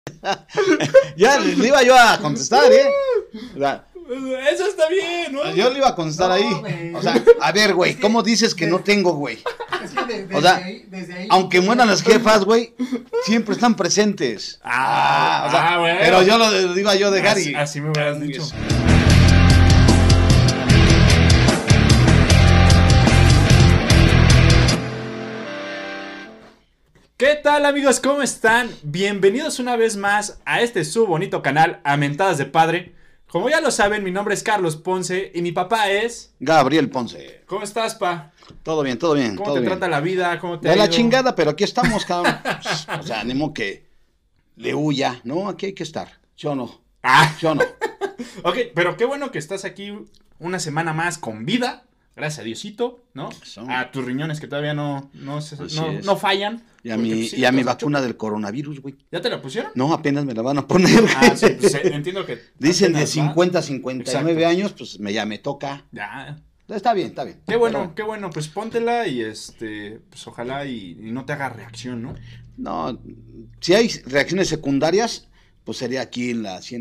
Ya le iba yo a contestar, ¿eh? O sea, eso está bien, ¿no? yo le iba a contestar ahí. Güey. O sea, a ver, güey, ¿cómo dices que no tengo, güey? Es que desde O sea, ahí, aunque mueran las jefas, güey, siempre están presentes. O sea, bueno. pero yo lo iba yo a dejar y... Así me hubieras dicho. ¿Qué tal, amigos? ¿Cómo están? Bienvenidos una vez más a este su bonito canal, A Mentadas de Padre. Como ya lo saben, mi nombre es Carlos Ponce y mi papá es... Gabriel Ponce. ¿Cómo estás, pa? Todo bien, todo bien. ¿Cómo todo te bien. trata la vida? ¿Cómo te De ha la ido? chingada, pero aquí estamos, cabrón. O sea, animo que le huya, ¿no? Aquí hay que estar. ¿Yo no? Ah, ¿Yo no? ok, pero qué bueno que estás aquí una semana más con vida. Gracias a Diosito, ¿no? Eso. A tus riñones que todavía no Así es. no fallan. Y a Porque, mi, pues, sí, y a mi te has vacuna hecho- del coronavirus, güey. ¿Ya te la pusieron? No, apenas me la van a poner. Ah, sí, pues entiendo que... Dicen de apenas va. 50 a 59 Exacto. años, pues ya me toca. Ya. Está bien, está bien. Qué bueno, Pero, qué bueno. Pues póntela y pues ojalá y no te haga reacción, ¿no? no, si hay reacciones secundarias, pues sería aquí en la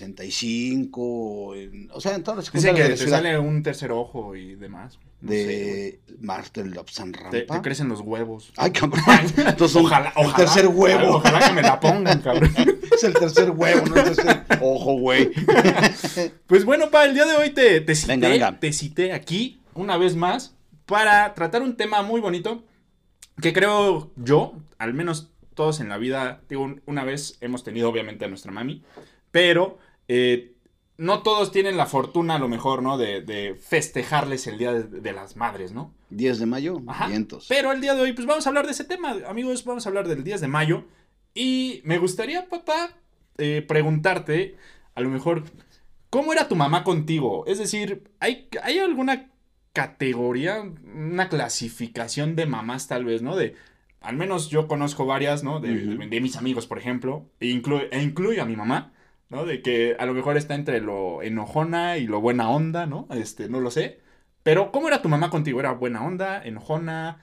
165, o sea, en todas las Dicen secundarias que de la te ciudad. sale un tercer ojo y demás. No sé, güey. De Martel Lobsan Te Rampa. crecen los huevos. Ay, cabrón. Entonces son Ojalá, el tercer huevo. Ojalá que me la pongan, cabrón. Es el tercer huevo, no el tercer ojo, güey. Pues bueno, el día de hoy te cité, Venga. te cité aquí una vez más para tratar un tema muy bonito que creo yo, al menos todos en la vida, digo, una vez hemos tenido obviamente a nuestra mami, pero no todos tienen la fortuna a lo mejor, ¿no? De festejarles el Día de las Madres, ¿no? 10 de mayo, Ajá. vientos. Pero el día de hoy, pues vamos a hablar de ese tema, amigos, vamos a hablar del 10 de mayo. Y me gustaría, papá, preguntarte, a lo mejor, ¿cómo era tu mamá contigo? Es decir, ¿hay alguna categoría, una clasificación de mamás tal vez, ¿no? Al menos yo conozco varias, ¿no? De mis amigos, por ejemplo, e incluyo a mi mamá, ¿no? De que a lo mejor está entre lo enojona y lo buena onda, ¿no? No lo sé. Pero, ¿cómo era tu mamá contigo? ¿Era buena onda, enojona?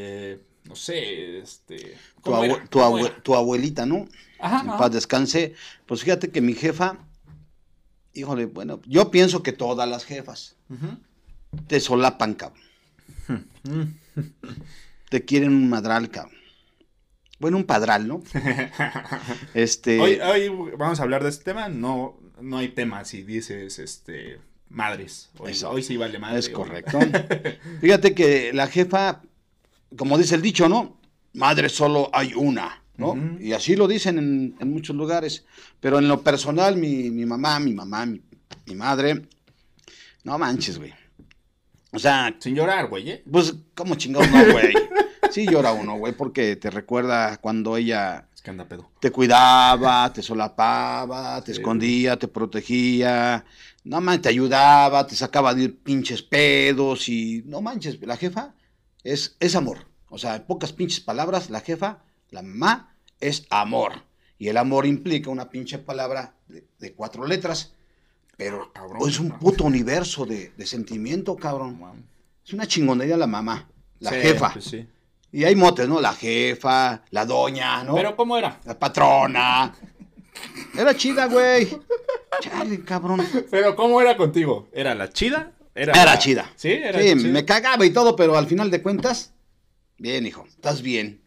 No sé, ¿cómo era? ¿Cómo era? Tu abuelita, ¿no? Ajá, En ajá. paz descanse. Pues fíjate que mi jefa, híjole, bueno, yo pienso que todas las jefas Ujú. te solapan, cabrón. Te quieren un madral, cabrón. Bueno, un padral, ¿no? Hoy vamos a hablar de este tema. No hay tema si dices, madres. Eso. Hoy sí vale madre. Es hoy. correcto. Fíjate que la jefa, como dice el dicho, ¿no? Madre solo hay una, ¿no? Ujú. Y así lo dicen en muchos lugares. Pero en lo personal, mi mamá, mi madre, no manches, güey. O sea, Sin llorar, güey, ¿eh? pues, ¿cómo chingados no, güey? Sí llora uno, güey, porque te recuerda cuando ella Es que anda pedo. te cuidaba, te solapaba, te Sí. escondía, te protegía, no manches, te ayudaba, te sacaba de pinches pedos y no manches, la jefa es amor. O sea, en pocas pinches palabras, la jefa, la mamá, es amor. Y el amor implica una pinche palabra de 4 letras, pero Cabrón, es un no. puto universo de sentimiento, cabrón. Es una chingonería la mamá, la Sí, jefa. pues sí. Y hay motes, ¿no? La jefa, la doña, ¿no? Pero, ¿cómo era? La patrona. Era chida, güey. Chale, cabrón. Pero, ¿cómo era contigo? ¿Era la chida? Era chida. ¿Sí? ¿Era Sí, chida? me cagaba y todo, pero al final de cuentas, bien, hijo, estás bien.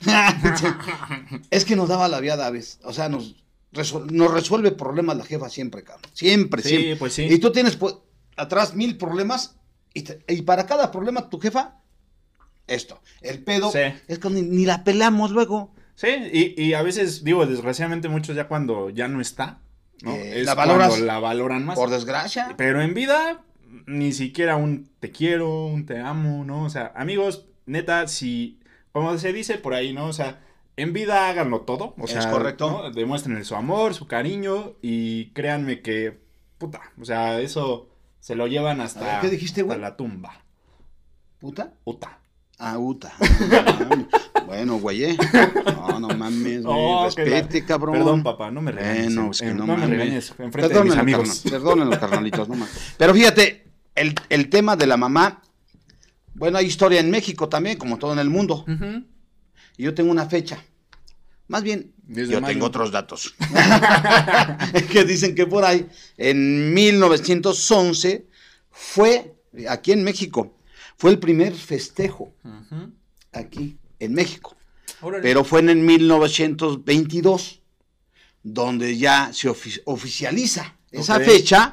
Es que nos daba la viada a veces. O sea, nos resuelve problemas la jefa siempre, cabrón. Siempre, Sí, siempre. pues sí. Y tú tienes atrás 1000 problemas y para cada problema tu jefa, esto. El pedo Sí. es que ni la pelamos luego. Sí, y a veces, digo, desgraciadamente muchos ya cuando ya no está, ¿no? Es la valoras. cuando la valoran más. Por desgracia. Pero en vida, ni siquiera un te quiero, un te amo, ¿no? O sea, amigos, neta, si, como se dice por ahí, ¿no? O sea, en vida háganlo todo. O Es sea, correcto. ¿no? Demuéstrenle su amor, su cariño y créanme que, puta, o sea, eso se lo llevan A hasta, ver, ¿qué dijiste, güey? hasta la tumba. ¿Puta? Puta. Ah, Uta. Bueno, güey, No mames, güey. Oh, Respete, cabrón. Perdón, papá, no me regañes. Bueno, es que no me mames. regañes enfrente de mis amigos. Perdónenlo, carnalitos, no mames. Pero fíjate, el tema de la mamá, bueno, hay historia en México también, como todo en el mundo. Ujú. Y yo tengo una fecha, Más bien, 10 de yo mayo. tengo otros datos. Que dicen que por ahí, en 1911, fue, aquí en México, fue el primer festejo, Ujú. aquí en México. Órale. Pero fue en el 1922, donde ya se oficializa esa Ok. fecha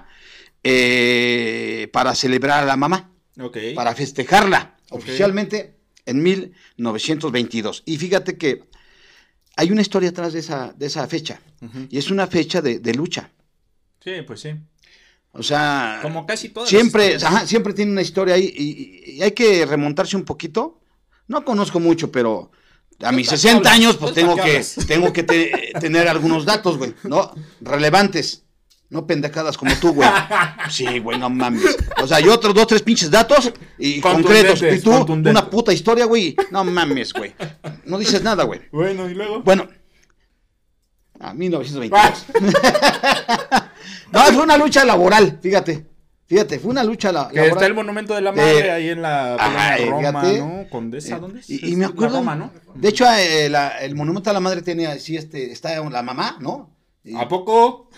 para celebrar a la mamá, Ok. para festejarla Ok. oficialmente en 1922. Y fíjate que hay una historia atrás de esa fecha, Ujú. y es una fecha de lucha. Sí, pues sí. O sea, Como casi todas las siempre, historias. ajá, siempre tiene una historia ahí y hay que remontarse un poquito. No conozco mucho, pero a mis para qué 60 hablas? años, pues ¿Para qué hablas? tengo que tener algunos datos, güey, ¿no? Relevantes. No pendejadas como tú, güey. Sí, güey, no mames. O sea, yo otros 2, 3 pinches datos y concretos. Y tú, contundentes. una puta historia, güey. No mames, güey. No dices nada, güey. Bueno, y luego. Bueno. A 1922. No, fue una lucha laboral, fíjate. Fíjate, fue una lucha Que laboral. está el monumento de la madre ahí en la Ajá, colonia Roma, fíjate. ¿no? Condesa, ¿dónde es? Y me Es acuerdo, la Roma, ¿no? de hecho, el monumento a la madre tiene así, está la mamá, ¿no? Y, ¿A poco?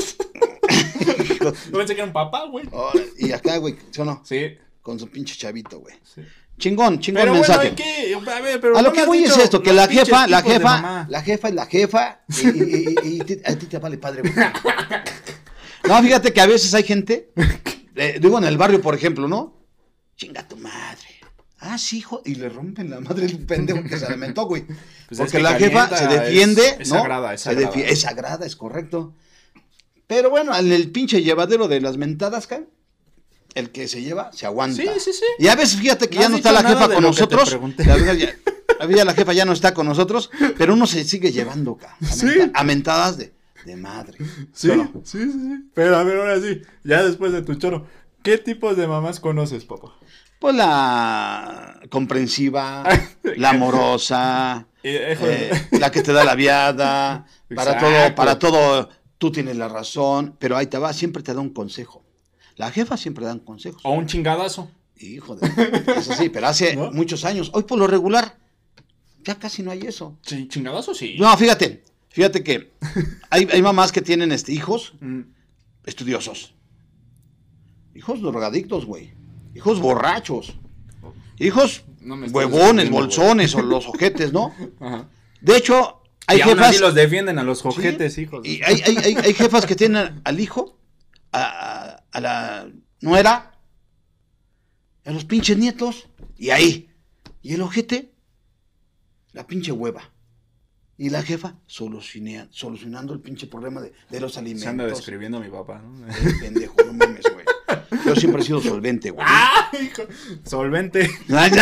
No pensé que era un papá, güey. y acá, güey, ¿sí o no? Sí. Con su pinche chavito, güey. Sí. Chingón Pero mensaje. bueno, ¿y qué? A ver, pero A lo no que me has voy es dicho esto, que los la pinches jefa tipos de mamá. es la jefa, y a ti te vale padre, güey. No, fíjate que a veces hay gente, digo en el barrio, por ejemplo, ¿no? Chinga tu madre. Ah, sí, hijo, y le rompen la madre el pendejo que se alimentó, güey. Pues Porque es que la jefa calienta, se defiende, es ¿no? sagrada, es sagrada. Es sagrada, es correcto. Pero bueno, en el pinche llevadero de las mentadas, ¿ca? El que se lleva, se aguanta. Sí, sí, sí. Y a veces, fíjate que No ya has no está dicho la nada jefa de con lo que te nosotros. pregunté. A ver, ya la jefa ya no está con nosotros, pero uno se sigue llevando, ca. Sí. A mentadas de madre. Sí, ¿Sí o no? sí, sí, sí. Pero a ver, ahora sí, ya después de tu choro, ¿qué tipos de mamás conoces, papá? Pues la comprensiva, la amorosa, la que te da la viada, Exacto. para todo tú tienes la razón, pero ahí te va, siempre te da un consejo. La jefa siempre da un consejo. O un chingadazo. Hijo de... Eso sí, pero hace ¿No? muchos años. Hoy por lo regular, ya casi no hay eso. Sí, chingadazo, sí. No, fíjate que hay mamás que tienen hijos Mm. estudiosos. Hijos drogadictos, güey. Hijos borrachos. Hijos No me estás huevones, defendiendo, bolsones o los ojetes, ¿no? Ajá. De hecho, hay Y aún jefas... así los defienden a los jojetes, Sí, hijos. y hay jefas que tienen al hijo, a la nuera, a los pinches nietos, y ahí. Y el ojete, la pinche hueva. Y la jefa solucionando el pinche problema de los alimentos. Se anda describiendo a mi papá, ¿no? Pendejo, no mames, güey. Yo siempre he sido solvente, güey. ¡Ah, hijo! Solvente.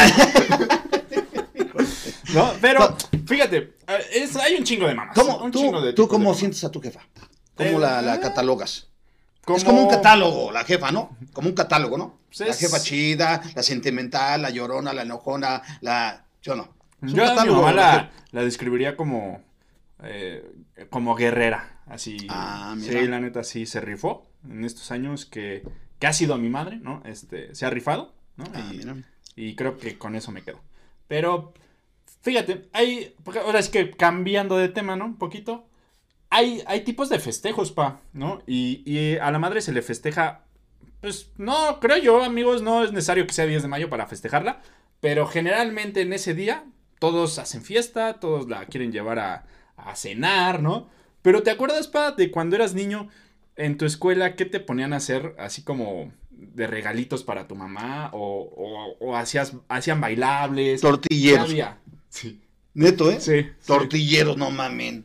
No, pero, fíjate, hay un chingo de mamás. ¿Cómo, un chingo de tú tipos de cómo mamás. sientes a tu jefa? ¿Cómo la catalogas? Como- Es como un catálogo, la jefa, ¿no? Como un catálogo, ¿no? Pues La es- jefa chida, la sentimental, la llorona, la enojona, ¿sí o no? Es un Yo a mi catálogo, mamá la la describiría como guerrera, así. Ah, mira. Sí, la neta sí se rifó en estos años que ha sido mi madre, ¿no? Se ha rifado, ¿no? Ah, mira. Y creo que con eso me quedo. Pero, fíjate, ahora es que cambiando de tema, ¿no? Un poquito. Hay tipos de festejos, ¿no? Y a la madre se le festeja, pues, no, creo yo, amigos, no es necesario que sea 10 de mayo para festejarla, pero generalmente en ese día todos hacen fiesta, todos la quieren llevar a cenar, ¿no? Pero ¿te acuerdas, de cuando eras niño en tu escuela, qué te ponían a hacer así como de regalitos para tu mamá? ¿O hacían bailables? Tortilleros. ¿Qué había? Sí. Neto, ¿eh? Sí. Tortilleros, no mamen.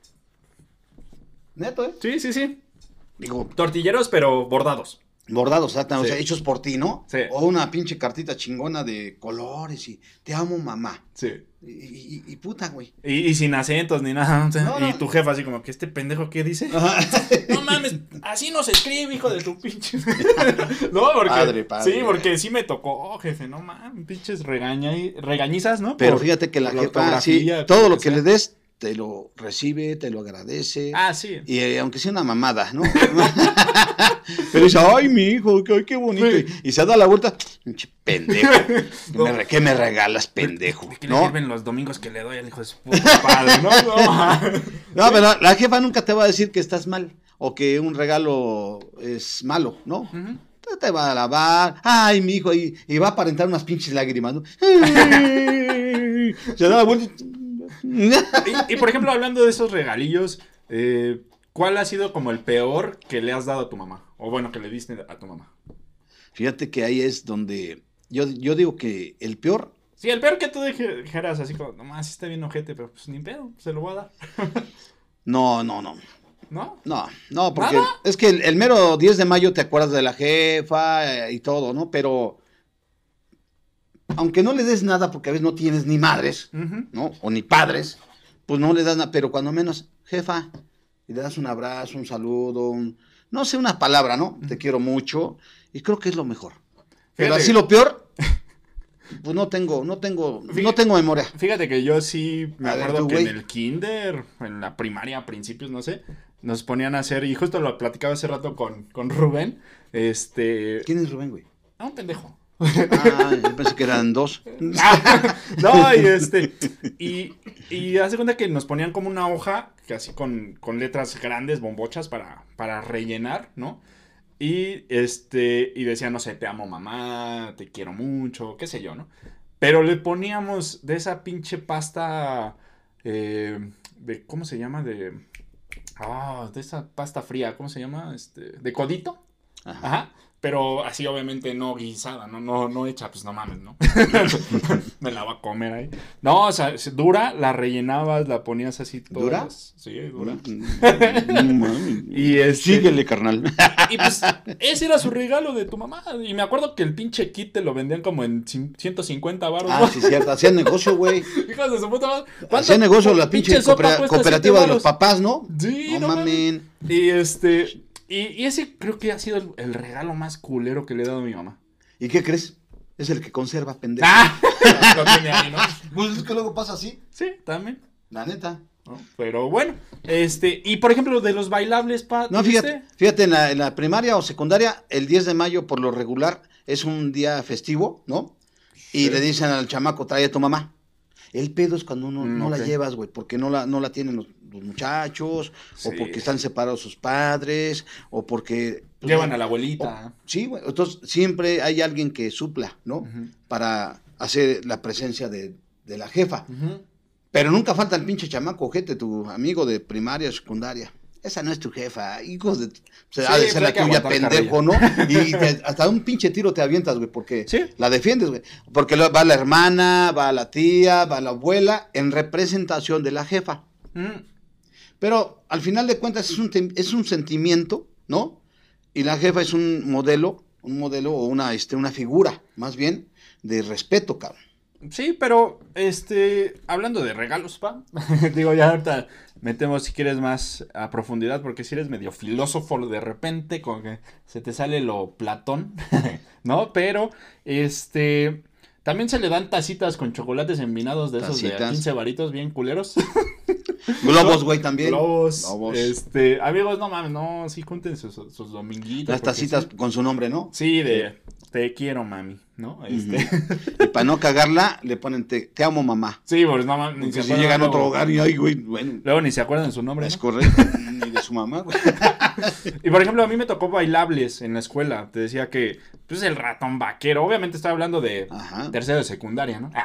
Neto, ¿eh? Sí, sí, sí. Digo, Tortilleros, pero bordados. bordados, o Sí. sea, hechos por ti, ¿no? Sí. O una pinche cartita chingona de colores y te amo, mamá. Sí. Y puta, güey. Y sin acentos ni nada. O sea, No, no. Y tu jefa así como que este pendejo, ¿qué dice? Ajá. No mames, así no se escribe, hijo de tu pinche. No, porque. Padre. Sí, porque sí me tocó, jefe, no mames, pinches regañizas, ¿no? Pero Por- fíjate que la por jefa, sí, ortografía, todo por lo que sea. le des, te lo recibe, te lo agradece. Ah, sí. Y aunque sea una mamada, ¿no? Pero dice, ay, mi hijo, qué bonito. Sí. Y se da la vuelta, pinche pendejo. ¿Qué me regalas, pendejo? ¿De qué le ¿No? sirven los domingos que le doy al hijo de su puta padre? No. No, pero la jefa nunca te va a decir que estás mal o que un regalo es malo, ¿no? Ujú. Te va a lavar, ay, mi hijo, y va a aparentar unas pinches lágrimas, ¿no? Se da la vuelta. Y, por ejemplo, hablando de esos regalillos, ¿cuál ha sido como el peor que le has dado a tu mamá? O bueno, que le diste a tu mamá. Fíjate que ahí es donde yo digo que el peor. Sí, el peor que tú dijeras así como, nomás está bien ojete, pero pues ni pedo, se lo voy a dar. No, ¿No? porque ¿Nada? es que el mero 10 de mayo te acuerdas de la jefa y todo, ¿no? Pero aunque no le des nada, porque a veces no tienes ni madres, Ujú. ¿no? O ni padres, pues no le das nada, pero cuando menos, jefa, y le das un abrazo, un saludo, no sé, una palabra, ¿no? Te quiero mucho, y creo que es lo mejor. Pero Fíjate. así lo peor, pues no tengo memoria. Fíjate que yo sí me A ver, acuerdo tú, que güey. en el kinder, en la primaria, a principios, no sé, nos ponían a hacer, y justo lo platicaba hace rato con Rubén, ¿Quién es Rubén, güey? un pendejo. Ah, yo pensé que eran dos. No, y hace cuenta que nos ponían como una hoja, que así con letras grandes, bombochas para rellenar, ¿no? Y decía, no sé, te amo mamá, te quiero mucho, qué sé yo, ¿no? Pero le poníamos de esa pinche pasta, ¿cómo se llama? De esa pasta fría, ¿cómo se llama? De codito. Ajá. Ajá. Pero así obviamente no guisada, no hecha, pues no mames, ¿no? Me la va a comer ahí. No, o sea, dura, la rellenabas, la ponías así todas. ¿Dura? Sí, dura. No mames. Y Síguele, carnal. Y pues ese era su regalo de tu mamá. Y me acuerdo que el pinche kit te lo vendían como en 150 baros. Ah, ¿no? sí, cierto. Hacían negocio, güey. Hijos de su puta madre. Hacían negocio la pinche sopa cuesta cooperativa 7 de los varos? papás, ¿no? Sí, No no mamen. Y ese creo que ha sido el regalo más culero que le he dado a mi mamá. ¿Y qué crees? Es el que conserva, pendejo. ¡Ah! Lo tiene ahí, ¿no? Pues es que luego pasa así. Sí, también. La neta. ¿No? Pero bueno, y por ejemplo, de los bailables, pa, No, ¿tuviste? fíjate en la primaria o secundaria, el 10 de mayo por lo regular es un día festivo, ¿no? Y Sí. le dicen al chamaco, trae a tu mamá. El pedo es cuando uno no la ok. llevas, güey, porque no la tienen los muchachos, Sí. o porque están separados sus padres, o porque... pues, Llevan a la abuelita. sí, güey, entonces siempre hay alguien que supla, ¿no? Ujú. Para hacer la presencia de la jefa. Ujú. Pero nunca falta el pinche chamaco, ojete, tu amigo de primaria, secundaria. Esa no es tu jefa, hijos de... O sea, Sí, ha de pues ser hay la que tuya, aguantar pendejo, ¿no? Y hasta un pinche tiro te avientas, güey, porque Sí. la defiendes, güey. Porque va la hermana, va la tía, va la abuela, en representación de la jefa. Mm. Pero al final de cuentas es un sentimiento, ¿no? Y la jefa es un modelo o una figura, más bien, de respeto, cabrón. Sí, pero hablando de regalos, pa, digo, ya ahorita metemos si quieres más a profundidad, porque si eres medio filósofo de repente, como que se te sale lo Platón, ¿no? Pero también se le dan tacitas con chocolates envinados de esos de Tacitas. 15 varitos bien culeros. Globos, güey, también. Globos. Globos. Amigos, no mames, no, sí junten sus dominguitos. Las porque tacitas sí. con su nombre, ¿no? Sí, de te quiero, mami, ¿no? Y para no cagarla, le ponen te amo, mamá. Sí, pues no mames. Porque si llegan a otro hogar y ay, güey, bueno, Luego ni se acuerdan de su nombre, es ¿no? correcto. Ni de su mamá, güey. Y por ejemplo, a mí me tocó bailables en la escuela. Te decía que, pues el ratón vaquero. Obviamente estaba hablando de Ajá. tercero de secundaria, ¿no?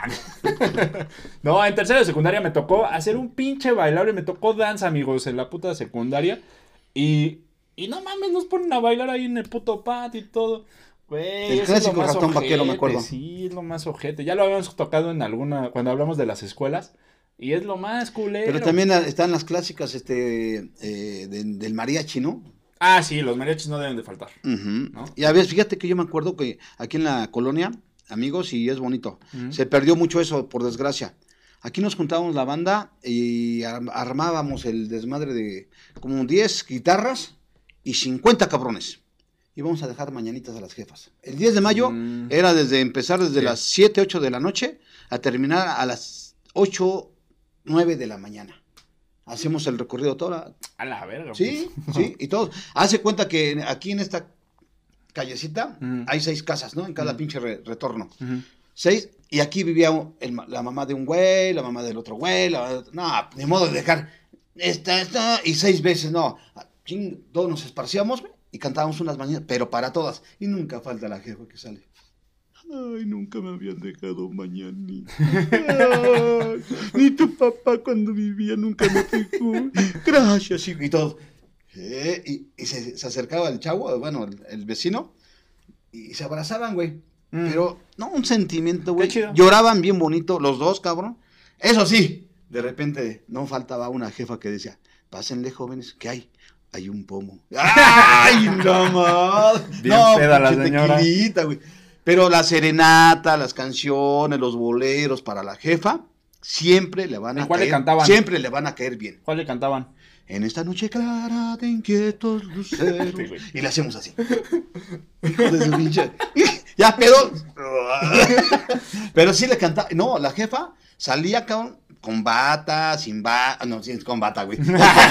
No, en tercero de secundaria me tocó hacer un pinche bailable. Me tocó danza, amigos, en la puta secundaria. Y no mames, nos ponen a bailar ahí en el puto patio y todo. Güey, El eso es lo clásico más ratón vaquero, me acuerdo. Sí, es lo más ojete. Ya lo habíamos tocado en cuando hablamos de las escuelas. Y es lo más culero. Pero también están las clásicas del mariachi, ¿no? Ah, sí, los mariachis no deben de faltar. Ujú. ¿No? Y a ver, fíjate que yo me acuerdo que aquí en la colonia, amigos, y es bonito, Ujú. se perdió mucho eso, por desgracia. Aquí nos juntábamos la banda y armábamos el desmadre de como 10 guitarras y 50 cabrones. Íbamos a dejar mañanitas a las jefas. El 10 de mayo era empezar desde Sí. las 7, 8 de la noche a terminar a las 8, 9 de la mañana. hacemos el recorrido toda. A la verga. Sí, sí, y todos. Hace cuenta que aquí en esta callecita hay 6 casas, ¿no? En cada pinche retorno. 6, y aquí vivía la mamá de un güey, la mamá del otro güey, no, ni modo de dejar esta, y 6 veces, no. Todos nos esparcíamos, güey, y cantábamos unas mañanas, pero para todas. Y nunca falta la jefa que sale. Ay, nunca me habían dejado mañanita. Ay, ni tu papá cuando vivía nunca me dejó. Gracias, hijo. Y todo. Y se acercaba el chavo, bueno, el vecino, y se abrazaban, güey. Pero, no, un sentimiento, güey. Lloraban bien bonito los dos, cabrón. Eso sí, de repente no faltaba una jefa que decía, pásenle, jóvenes, ¿qué hay? Hay un pomo. ¡Ay, no más! Bien no, peda la señora. Tequilita, güey. Pero la serenata, las canciones, los boleros para la jefa, siempre le van a ¿Cuál caer, le cantaban? Siempre le van a caer bien. ¿Cuál le cantaban? En esta noche clara de inquietos luceros. Y le hacemos así. Hijo de su pinche. Ya pedo. Pero sí le cantaba. No, la jefa salía con bata, sin bata. No, con bata, güey.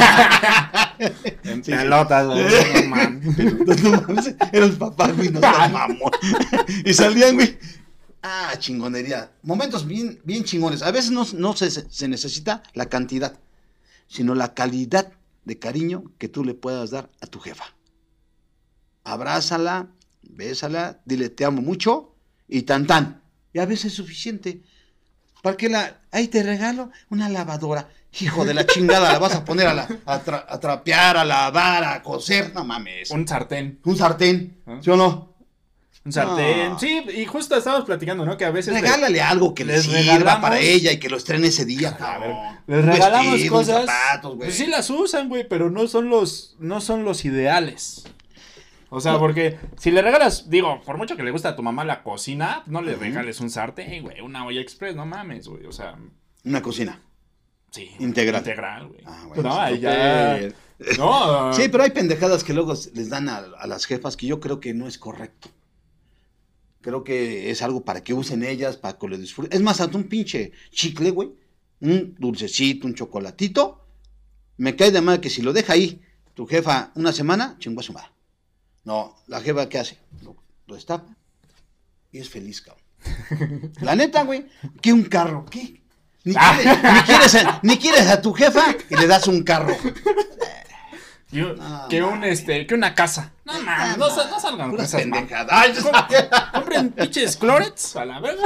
En pelotas, güey. No mames. No mames, era el papá, güey, no seas mamón. Y salían, güey. Ah, chingonería. Momentos bien, bien chingones. A veces no se necesita la cantidad, sino la calidad de cariño que tú le puedas dar a tu jefa. Abrázala, bésala, dile te amo mucho y tan. Y a veces es suficiente. ¿Para qué ahí te regalo una lavadora? Hijo de la chingada, la vas a poner a trapear, a lavar, a coser. No mames. Un sartén. Un sartén, ¿sí o no? Un sartén. No. Sí, y justo estábamos platicando, ¿no? Que a veces regálale algo que les sirva para ella y que lo estrene ese día, cabrón. Les regalamos vestido, cosas. Zapatos, pues sí las usan, güey, pero no son los ideales. O sea, porque si le regalas, digo, por mucho que le gusta a tu mamá la cocina, no le regales un sartén, güey, una olla express, no mames, güey, o sea. Una cocina. Sí. Integral, güey. Ah, bueno, no, ahí ya. No. Sí, pero hay pendejadas que luego les dan a las jefas que yo creo que no es correcto. Creo que es algo para que usen ellas, para que lo disfruten. Es más, hasta un pinche chicle, güey, un dulcecito, un chocolatito, me cae de mal que si lo deja ahí tu jefa una semana, chingua su madre. No, la jefa, ¿qué hace? Lo destapa y es feliz, cabrón. La neta, güey, ¿qué un carro? ¿Qué? Ni quieres a tu jefa y le das un carro. Que una casa. No mames, no salgan puras cosas pendejadas. Compren pinches clorets a la verga.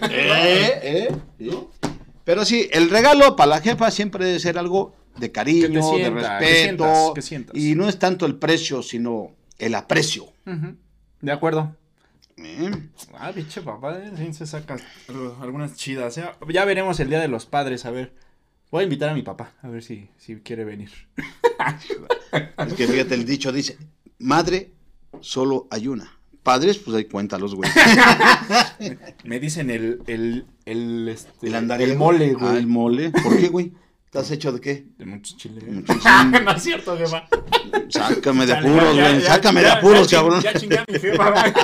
Pero sí, el regalo para la jefa siempre debe ser algo de cariño, de respeto. Que sientas. Y no es tanto el precio, sino el aprecio. De acuerdo. Pinche papá, sí se saca algunas chidas. Ya veremos el Día de los Padres, a ver. Voy a invitar a mi papá, a ver si quiere venir. Es que fíjate, el dicho dice, madre solo hay una. Padres, pues ahí cuéntalos, güey. Me dicen el mole, güey. El mole. ¿Por qué, güey? ¿Estás hecho de qué? De muchos chiles. No es cierto, jefa. Sácame de apuros, güey. Sácame de apuros, cabrón. Ya chingué a mi jefa, güey.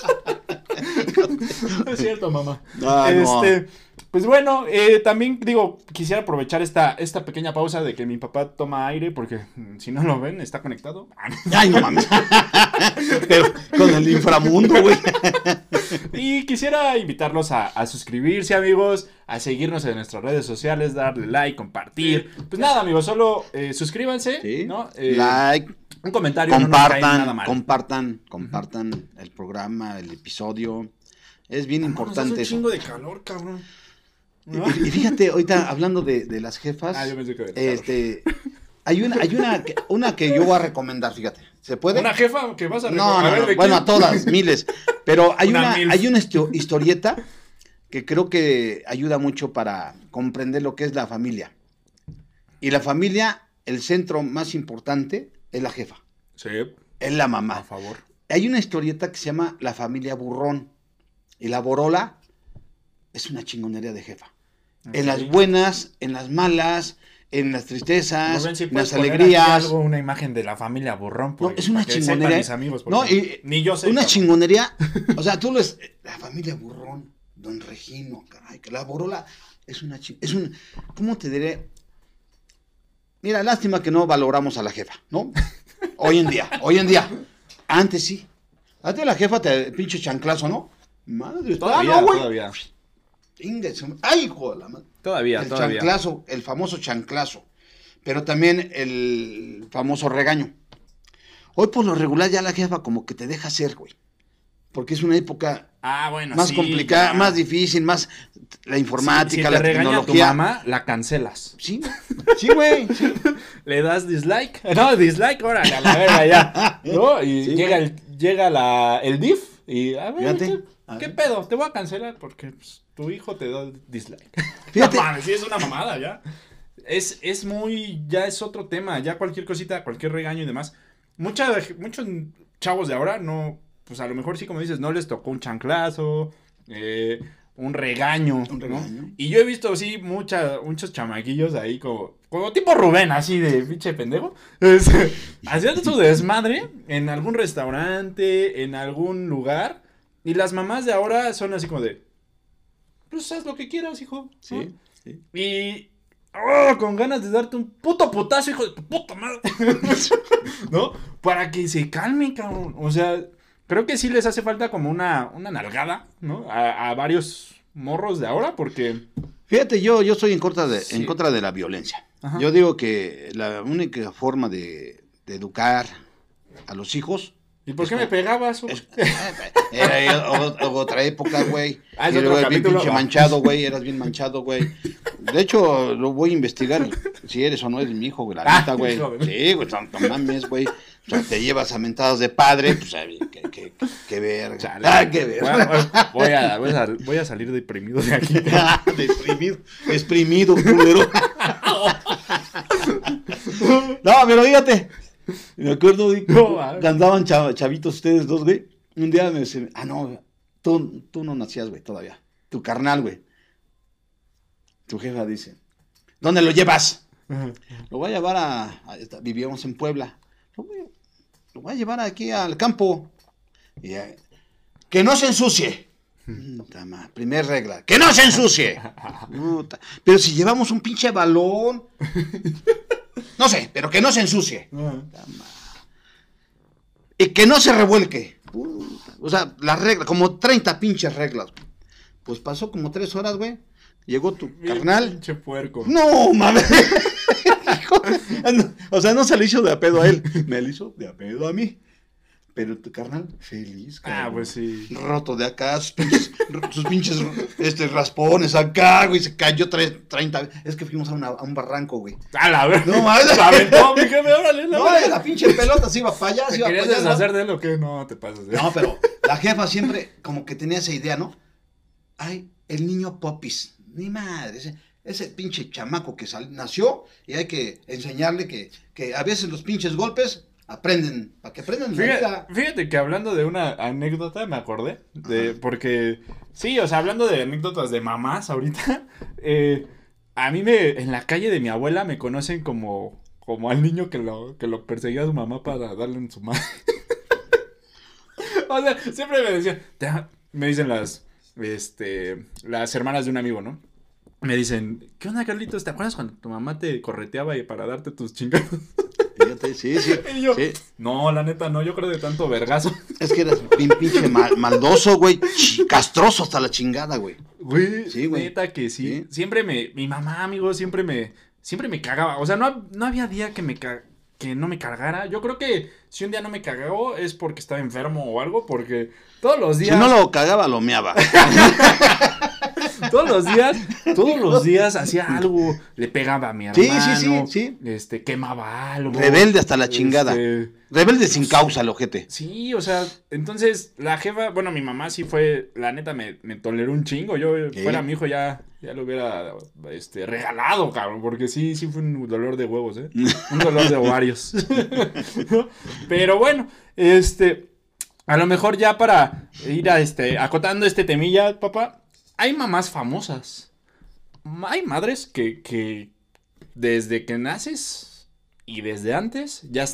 No es cierto, mamá. No. Pues bueno, también digo, quisiera aprovechar esta pequeña pausa de que mi papá toma aire, porque si no lo ven, está conectado. Ay, no mames. Pero con el inframundo, güey. Y quisiera invitarlos a suscribirse, amigos, a seguirnos en nuestras redes sociales, darle like, compartir. Pues nada, amigos, solo suscríbanse, ¿sí? ¿no? Like. Un comentario, no nos cae nada mal. Compartan el programa, el episodio. Es bien importante eso. Un chingo de calor, cabrón. Y fíjate, ahorita hablando de las jefas, yo pensé que hay una que yo voy a recomendar, fíjate. ¿Se puede? ¿Una jefa que vas a recomendar? No, bueno, a todas, miles. Pero hay una milf. historieta que creo que ayuda mucho para comprender lo que es la familia. Y la familia, el centro más importante es la jefa. Sí. Es la mamá. A favor. Hay una historieta que se llama La familia Burrón. Y la Borola es una chingonería de jefa. Okay. En las buenas, en las malas, en las tristezas, en las alegrías. Una imagen de la familia Burrón. No, es una chingonería. Mis amigos, no, y ni yo sé. Una chingonería. O sea, tú ves la familia Burrón, Don Regino, caray, que la Borola es una ¿cómo te diré? Mira, lástima que no valoramos a la jefa, ¿no? Hoy en día. Antes sí. Antes la jefa te pinche chanclazo, ¿no? Madre, Todavía, no, güey. todavía. Ay, hijo de la madre. Todavía. Chanclazo, el famoso chanclazo. Pero también el famoso regaño. Hoy por lo regular ya la jefa como que te deja ser, güey. Porque es una época Bueno, más sí, complicada, ya. más difícil, más la informática, Si te la regaña tu tecnología. mamá, la cancelas. Sí, güey. Sí. Le das dislike. No, dislike, órale, a la verga ya. ¿No? Y Sí, llega el diff y a ver, Fíjate. ¿qué pedo? Te voy a cancelar porque pues, tu hijo te da dislike. Fíjate. No mames, sí es una mamada ya. Es muy, ya es otro tema, ya cualquier cosita, cualquier regaño y demás. Muchos chavos de ahora no, pues a lo mejor sí, como dices, no les tocó un chanclazo, un regaño, Un regaño. ¿no? Y yo he visto, sí, muchos chamaquillos ahí como tipo Rubén, así de pinche pendejo, haciendo su desmadre en algún restaurante, en algún lugar, y las mamás de ahora son así como de, pues haz lo que quieras, hijo. ¿no? Sí. Y con ganas de darte un puto putazo, hijo de tu puta madre. ¿No? Para que se calme, cabrón. O sea, creo que sí les hace falta como una nalgada, ¿no? A varios morros de ahora, porque... Fíjate, yo estoy en contra Sí. en contra de la violencia. Ajá. Yo digo que la única forma de educar a los hijos ¿Y por qué me pegabas? era otra época, güey. Ah, es Y otro luego bien capítulo. pinche manchado, güey. Eras bien manchado, güey. De hecho, lo voy a investigar si eres o no eres mi hijo, güey. La neta, güey. hijo de- Sí, güey. No mames, güey. O sea, te llevas a mentadas de padre, pues, qué verga. Chale. Qué verga. Voy a salir deprimido de aquí. Exprimido, culero. No, pero fíjate. Me acuerdo de No, ah. que andaban chavitos ustedes dos, güey. Un día me dice, no, tú no nacías, güey, todavía. Tu carnal, güey. Tu jefa dice, ¿dónde lo llevas? Lo voy a llevar vivíamos en Puebla. Lo voy a llevar aquí al campo. Que no se ensucie. Primer regla, que no se ensucie. Puta. Pero si llevamos un pinche balón. No sé, pero que no se ensucie. Y que no se revuelque. Puta. O sea, las reglas, como 30 pinches reglas. Pues pasó como 3 horas, güey. Llegó tu carnal. Pinche puerco. No, mames. O sea, no se le hizo de a pedo a él. Me le hizo de a pedo a mí. Pero tu carnal, feliz, cabrón. Pues sí. Roto de acá, sus pinches raspones acá, güey. Se cayó 30. Es que fuimos a un barranco, güey. A la verga. No, mames. La aventó, mi jefe, órale. No, la pinche pelota se iba para allá, se iba para ¿Querías allá. deshacer de él o qué? No, te pasas. No, pero la jefa siempre como que tenía esa idea, ¿no? Ay, el niño popis. Ni madre, ese pinche chamaco que nació y hay que enseñarle que a veces los pinches golpes aprenden, para que aprendan la vida. Fíjate que hablando de una anécdota me acordé, porque, sí, o sea, hablando de anécdotas de mamás ahorita, a mí en la calle de mi abuela me conocen como al niño que lo perseguía a su mamá para darle en su madre. O sea, siempre me decían, me dicen las hermanas de un amigo, ¿no? Me dicen, ¿qué onda, Carlitos? ¿Te acuerdas cuando tu mamá te correteaba para darte tus chingados? Fíjate, sí. Y yo, Sí. no, la neta, no, yo creo de tanto vergazo. Es que eras bien pinche maldoso, güey. Castroso hasta la chingada, güey. Güey, Sí, güey. neta que sí. Sí. Siempre mi mamá, amigo, siempre me cagaba. O sea, no había día que no me cargara. Yo creo que si un día no me cagó es porque estaba enfermo o algo, porque todos los días... Si no lo cagaba, lo meaba. Todos los días hacía algo, le pegaba a mi hermano. Sí. Quemaba algo. Rebelde hasta la chingada. Rebelde sin causa, el ojete. Sí, o sea, entonces la jefa, bueno, mi mamá sí fue, la neta me toleró un chingo. Yo, fuera mi hijo, ya lo hubiera regalado, cabrón, porque sí fue un dolor de huevos, un dolor de ovarios. Pero bueno, a lo mejor ya para ir acotando este temilla, papá, hay mamás famosas. Hay madres que desde que naces y desde antes ya están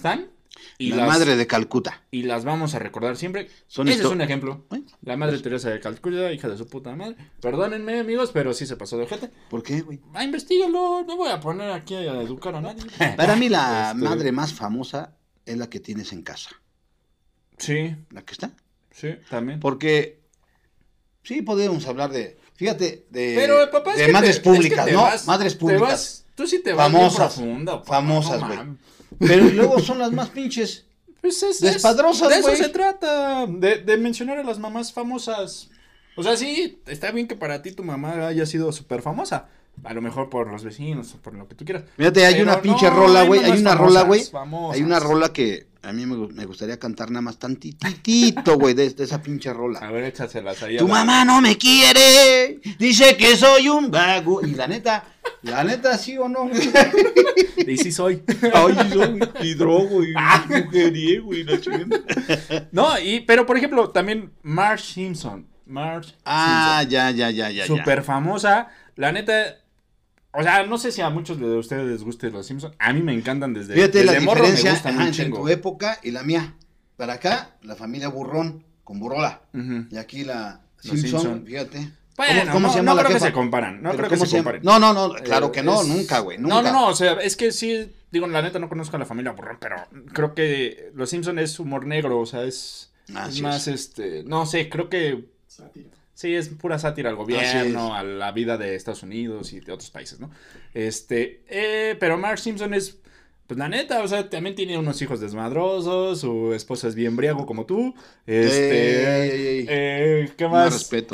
Y La madre de Calcuta. Y las vamos a recordar siempre. Son Ese esto- es un ejemplo. ¿Eh? La madre Teresa de Calcuta, hija de su puta madre. Perdónenme, amigos, pero sí se pasó de ojete. ¿Por qué, güey? Investígalo. No voy a poner aquí a educar a nadie. Para mí la Este, madre más famosa es la que tienes en casa. Sí, ¿La que está? sí, también. Porque sí podemos hablar de, fíjate, Pero, papá, es de que madres es que públicas, te ¿no? vas- Madres te públicas. vas- tú sí te vas Famosas, bien profundo, papá, famosas, no güey. mames. Pero luego son las más pinches. Pues Despadrosas, de eso güey. se trata, de mencionar a las mamás famosas. O sea, sí, está bien que para ti tu mamá haya sido súper famosa. A lo mejor por los vecinos o por lo que tú quieras. Fíjate, hay Pero una pinche no, rola, hay güey. Hay mamás una famosas, rola, güey. famosas. Hay una rola que a mí me gustaría cantar nada más tantitito, güey, de esa pinche A rola. ver, échaselas ahí. Tu mamá no me quiere, dice que soy un vago. Y la neta, sí o no. Y sí soy. Ay, soy y drogo y mujeriego y la chingada. No, pero por ejemplo, también Marge Simpson. Ah, ya. Súper famosa. La neta, o sea, no sé si a muchos de ustedes les guste los Simpsons. A mí me encantan desde Fíjate la morro, me diferencia gustan un entre chingo. tu época y la mía. Para acá, la familia Burrón, con Burrola. Ujú. Y aquí la Los Simpson, Simpson. fíjate. Bueno, ¿Cómo no, se llama no la creo que jefa? se comparan. No ¿Pero creo que cómo se se llama? comparen. No, claro que no, nunca, güey, nunca. No, o sea, es que sí, digo, la neta no conozco a la familia Burrón, pero creo que Los Simpson es humor negro, o sea, es Así más, no sé, creo que sí, es pura sátira al Así gobierno, a la vida de Estados Unidos y de otros países, ¿no? Pero Marge Simpson es, pues la neta, o sea, también tiene unos hijos desmadrosos, su esposa es bien briago como tú, ¿qué No más? respeto,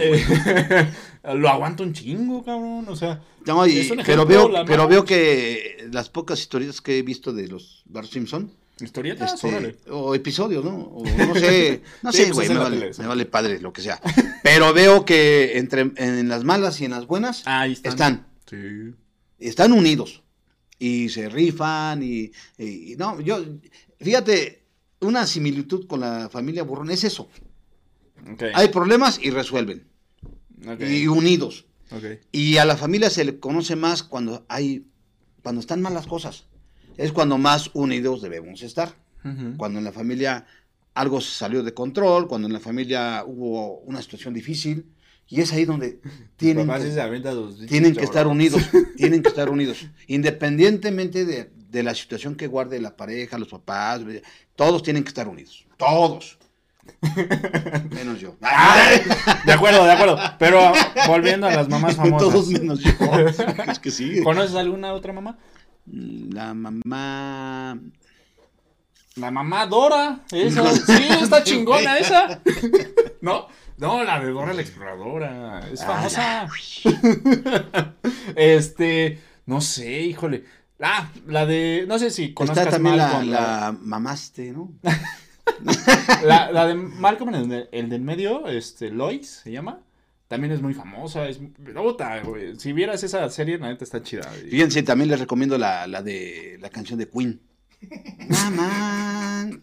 Lo aguanto un chingo, cabrón, o sea. No, Es un pero ejemplo, la veo Marge. que las pocas historias que he visto de los Bart Simpson, Historietas, órale. o episodios, ¿no? O no sé, Sí, pues güey, es en me la vale, tele, sí. me vale padre, lo que sea. Pero veo que en las malas y en las buenas Ahí están. están Sí. unidos y se rifan no, fíjate, una similitud con la familia Burrón es eso. Ok. Hay problemas y resuelven. Ok. Y unidos. Ok. Y a la familia se le conoce más cuando están mal las cosas. Es cuando más unidos debemos estar. Ujú. Cuando en la familia algo se salió de control, cuando en la familia hubo una situación difícil, y es ahí donde tienen Papá que, sí se avienta sus tienen que estar llorones. unidos, independientemente de la situación que guarde la pareja, los papás, todos tienen que estar unidos, todos. Menos yo. De acuerdo. Pero volviendo a las mamás famosas. Todos menos yo. Es que sí. ¿Conoces alguna otra mamá? La mamá. La mamá Dora. Esa. Sí, está chingona esa. ¿No? No, la de Dora la Exploradora. Es famosa. No sé, híjole. La de. No sé si conozcas Está también Malcolm, la mamaste, ¿no? la de Malcolm, el del medio, Lois se llama. También es muy famosa. Puta, güey. Si vieras esa serie, la neta está chida. Fíjense, también les recomiendo la de la canción de Queen. Mamá.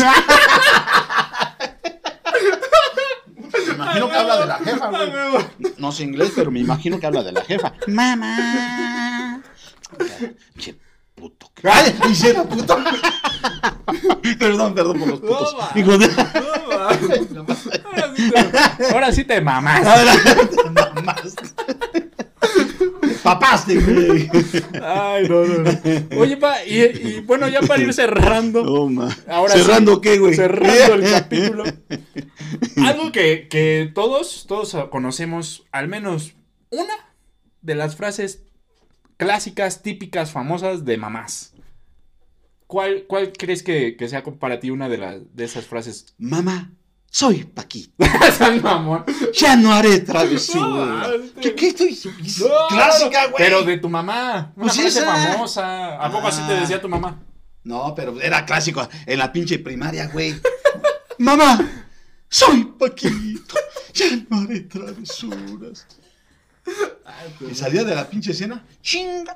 Me imagino que habla de la jefa, güey. No sé inglés, pero me imagino que habla de la jefa. Mamá. Che, puto. ¡Ay! Hiciera puto. Perdón por los putos. No, Hijos de... Ahora sí te mamás. Mamaste. Papaste, güey. Ay, no. Oye, y bueno, ya para ir cerrando. Ahora ¿cerrando sí, qué, güey? Cerrando el capítulo. Algo que todos conocemos, al menos una de las frases clásicas, típicas, famosas de mamás. ¿Cuál crees que sea para ti una de esas frases? Mamá, soy Paquito. San mamón. Ya no haré travesura. ¿Qué estoy? Clásica, güey. Pero de tu mamá. Una pues frase esa. famosa. ¿A poco así te decía tu mamá? No, pero era clásico en la pinche primaria, güey. Mamá, soy Paquito. Ya no haré travesuras. Y salía de la pinche escena. ¡Chinga!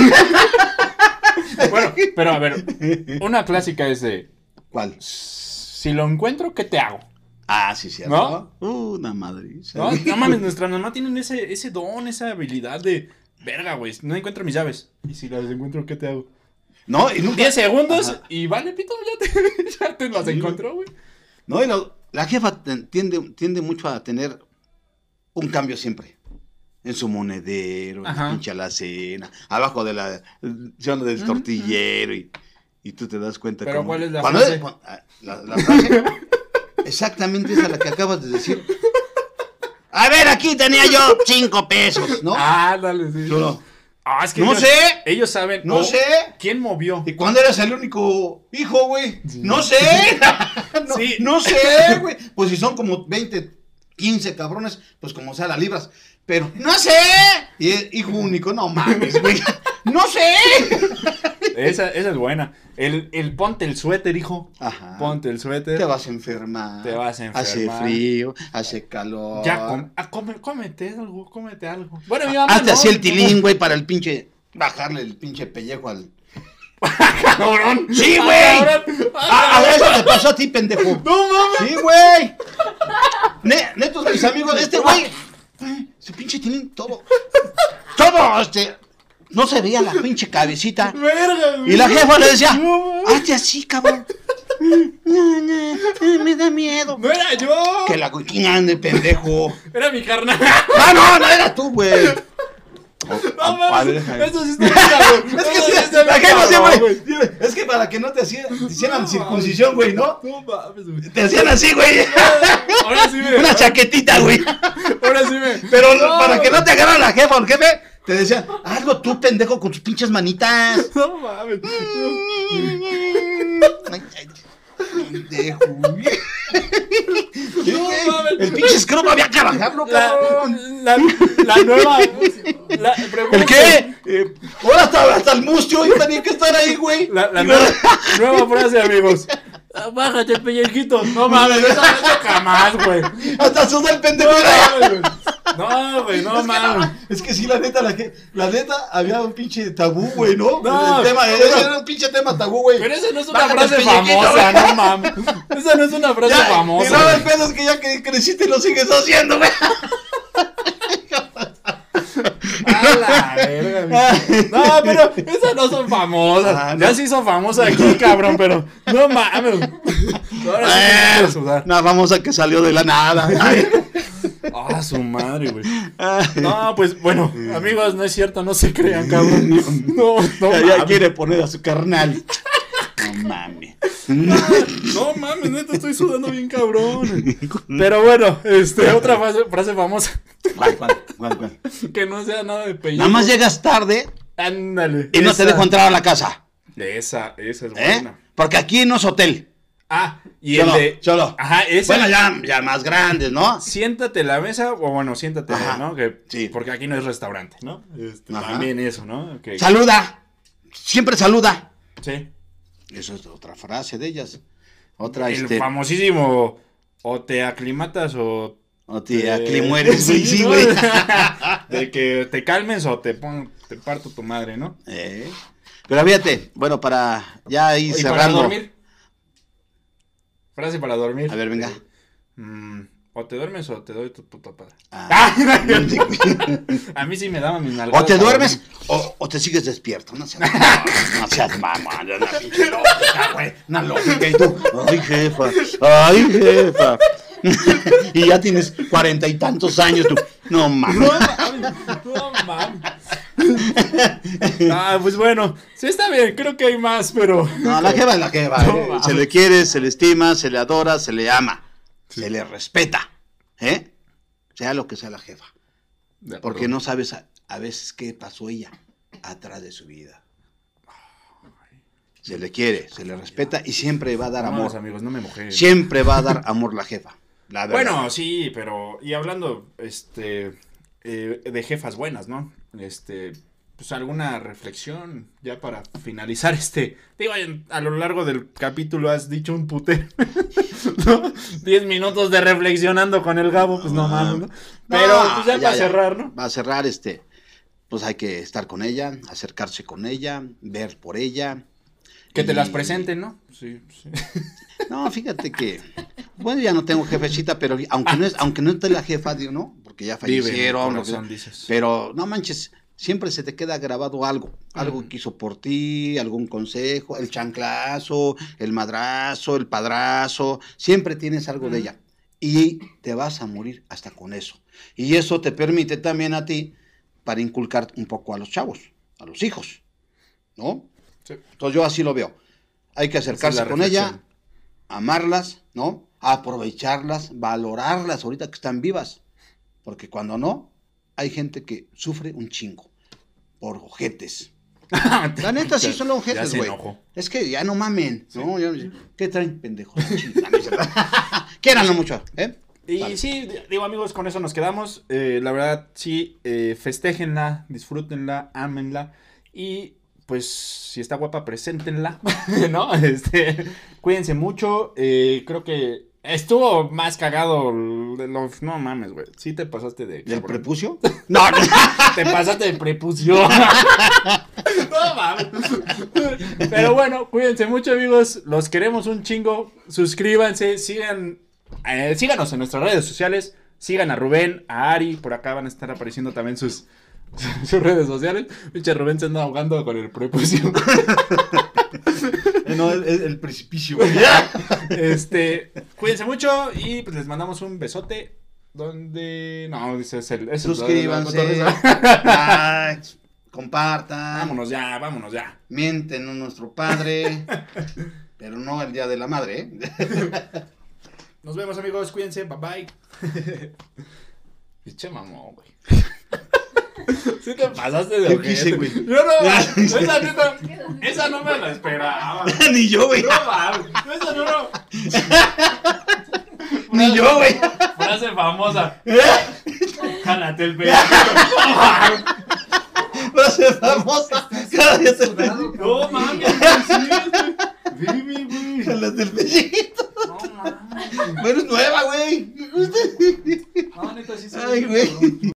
Bueno, pero a ver, una clásica es de... ¿Cuál? Si lo encuentro, ¿qué te hago? Ah, sí, cierto. ¿No? Una madre. No mames, nuestra mamá tienen ese don, esa habilidad de... Verga, güey, no encuentro mis llaves. Y si las encuentro, ¿qué te hago? No, y nunca. 10 segundos Ajá. y vale, pito, ya te las encontró, güey. No, y la jefa tiende mucho a tener un cambio siempre. En su monedero, en Ajá. la pinche alacena, abajo de del tortillero, y tú te das cuenta. Pero ¿cuál es la cuando frase? La frase, exactamente esa la que acabas de decir. A ver, aquí tenía yo 5 pesos, ¿no? Ah, dale, sí. Yo no. Ah, es que No ellos, sé. Ellos saben. No sé. ¿Quién movió? ¿Y cuándo eres el único hijo, güey? Sí. No sé. No, Sí. no sé, güey. Pues si son como 20, 15 cabrones, pues como sea las libras. Pero, no sé. Y es hijo único, no mames, güey. No sé. Esa es buena. El ponte el suéter, hijo. Ajá. Ponte el suéter. Te vas a enfermar. Te vas a enfermar. Hace frío, hace calor. Ya, cómete algo, cómete algo. Bueno, mi mamá Hazte no, así el mi tilín, güey, para el pinche. Bajarle el pinche pellejo al. ¡Cabrón! ¡Sí, ¡Ah, güey! cabrón! A ver, eso te pasó a ti, pendejo. ¡No mames! Sí, güey. Netos, mis amigos, este güey. Su pinche tilín, todo. No se veía la pinche cabecita. ¡Verga, güey! Y la jefa le decía, No, mames. hazte así, cabrón. No, me da miedo. ¡No era yo! Que la coquina ande, pendejo. Era mi carnal. No era tú, güey. No mames. Padre, Eso sí está bien, cabrón. Es que Eso sí, sí está la bien, jefa cabrón, siempre. güey. Es que para que no te hicieran No, circuncisión, güey, ¿no? No mames, güey. Te hacían así, güey. Ahora sí me. Una chaquetita, güey. Ahora sí me. Pero No, para que no te agarran la jefa o el jefe, te decían, hazlo tú, pendejo, con tus pinches manitas. No mames. Ay, pendejo, güey. No mames. El pinche escroto había que bajarlo, cabrón. La nueva. ¿El qué? Ahora hasta el mustio, yo tenía que estar ahí, güey. La nueva frase, amigos. Bájate, pellejito. No mames, eso jamás, güey. Hasta suda el pendejo. No, güey, no mames. Es que sí, la neta había un pinche tabú, güey, ¿no? No, el tema, pero- era un pinche tema tabú, güey. Pero esa no es una Bájate frase el pellequito, famosa, güey. no mames. Esa no es una frase Ya, famosa. y luego el güey. pedo es que ya que creciste lo sigues haciendo, güey. A la verga, güey. No, pero esas no son famosas. Ah, no. Ya sí son famosas aquí, cabrón, pero no mames. Ahora sí me quiero sudar. Una famosa que salió de la nada. Ah, su madre, güey. No, pues bueno, amigos, no es cierto, no se crean, cabrón. No, no Ya mames. quiere poner a su carnal. No mames. No mames, neta, estoy sudando bien cabrón. Pero bueno, otra frase famosa. ¿Cuál? Que no sea nada de pellejo. Nada más llegas tarde Ándale. y no te dejo entrar a la casa. Esa es buena. Porque aquí no es hotel. Ah, y Cholo, el de. cholo. Ajá, esa. Bueno, ya más grandes, ¿no? Siéntate en la mesa, o bueno, siéntate, Ajá, ¿no? Que, sí. porque aquí no es restaurante, ¿no? Ajá. También eso, ¿no? Que, Saluda. Siempre saluda. sí. Eso es otra frase de ellas. Otra, El famosísimo, o te aclimatas o O te aclimueres, güey, sí, ¿no? güey. De que te calmes o te parto tu madre, ¿no? Pero fíjate, bueno, para ya ir ¿Y para cerrando. dormir? Frase para dormir. A ver, venga. O te duermes o te doy tu puta padre. Ah. A mí sí me daban mis nalgadas. O te para duermes dormir. o te sigues despierto. No seas mamón, una pinche lógica, güey. Una lógica y tú. Ay, jefa. Y ya tienes 40 y tantos años, tú. No mames. No mames. Ah, pues bueno, sí está bien, creo que hay más, pero. No, la jeva es la jeva. No, mames. Se le quiere, se le estima, se le adora, se le ama. Se le respeta. Sea lo que sea la jefa. Porque no sabes a veces qué pasó ella atrás de su vida. Se le quiere, se le respeta y siempre va a dar amor. Amigos, no me mojé. Siempre va a dar amor la jefa. La verdad. Bueno, sí, pero. Y hablando, de jefas buenas, ¿no? Pues alguna reflexión ya para finalizar digo, a lo largo del capítulo has dicho un putero, ¿no? 10 minutos de reflexionando con el Gabo, pues no mames, ¿no? Pero pues ya para cerrar, ¿no? Va a cerrar, pues hay que estar con ella, acercarse con ella, ver por ella. Que te las presenten, ¿no? Sí. No, fíjate que, bueno, ya no tengo jefecita, pero aunque no esté la jefa, digo, ¿no? Porque ya Vive en el fallecieron. corazón, dices. Pero, no manches, siempre se te queda grabado algo que hizo por ti, algún consejo, el chanclazo, el madrazo, el padrazo, siempre tienes algo de ella. Y te vas a morir hasta con eso. Y eso te permite también a ti para inculcar un poco a los chavos, a los hijos, ¿no? Sí. Entonces yo así lo veo. Hay que acercarse con ella, amarlas, ¿no? Aprovecharlas, valorarlas ahorita que están vivas. Porque cuando no, hay gente que sufre un chingo por ojetes. La neta sí son ojetes, güey. Es que ya no mamen, ¿no? Sí. ¿Qué traen, pendejos? Quéranlo mucho, ¿eh? Y vale. Sí, digo, amigos, con eso nos quedamos. La verdad, sí, festéjenla, disfrútenla, ámenla. Y pues, si está guapa, preséntenla, ¿no? Cuídense mucho. Creo que estuvo más cagado de los... No mames, güey. Sí te pasaste de... ¿Del prepucio? No. Te pasaste de prepucio. No mames. Pero bueno, cuídense mucho, amigos. Los queremos un chingo. Suscríbanse, síganos en nuestras redes sociales. Sigan a Rubén, a Ari. Por acá van a estar apareciendo también sus redes sociales. Pinche Rubén se anda ahogando con el prepucio. No, es el precipicio. Cuídense mucho y pues les mandamos un besote. ¿Dónde? No, dice es suscríbanse. Compartan. Vámonos ya. Mienten a nuestro padre. Pero no el día de la madre, ¿eh? Nos vemos, amigos. Cuídense. Bye bye. Pinche mamón, güey. Sí te pasaste de ojete, güey. Yo no, esa no me la esperaba. Ni yo, güey. No, esa no. Ni yo, güey. Frase famosa. Jálate el pelo. Frase famosa. Cada día se ve. No mames. Dime, güey. Jálate el pellito. No mames. Bueno, es nueva, güey. No, neta, sí se Ay, güey.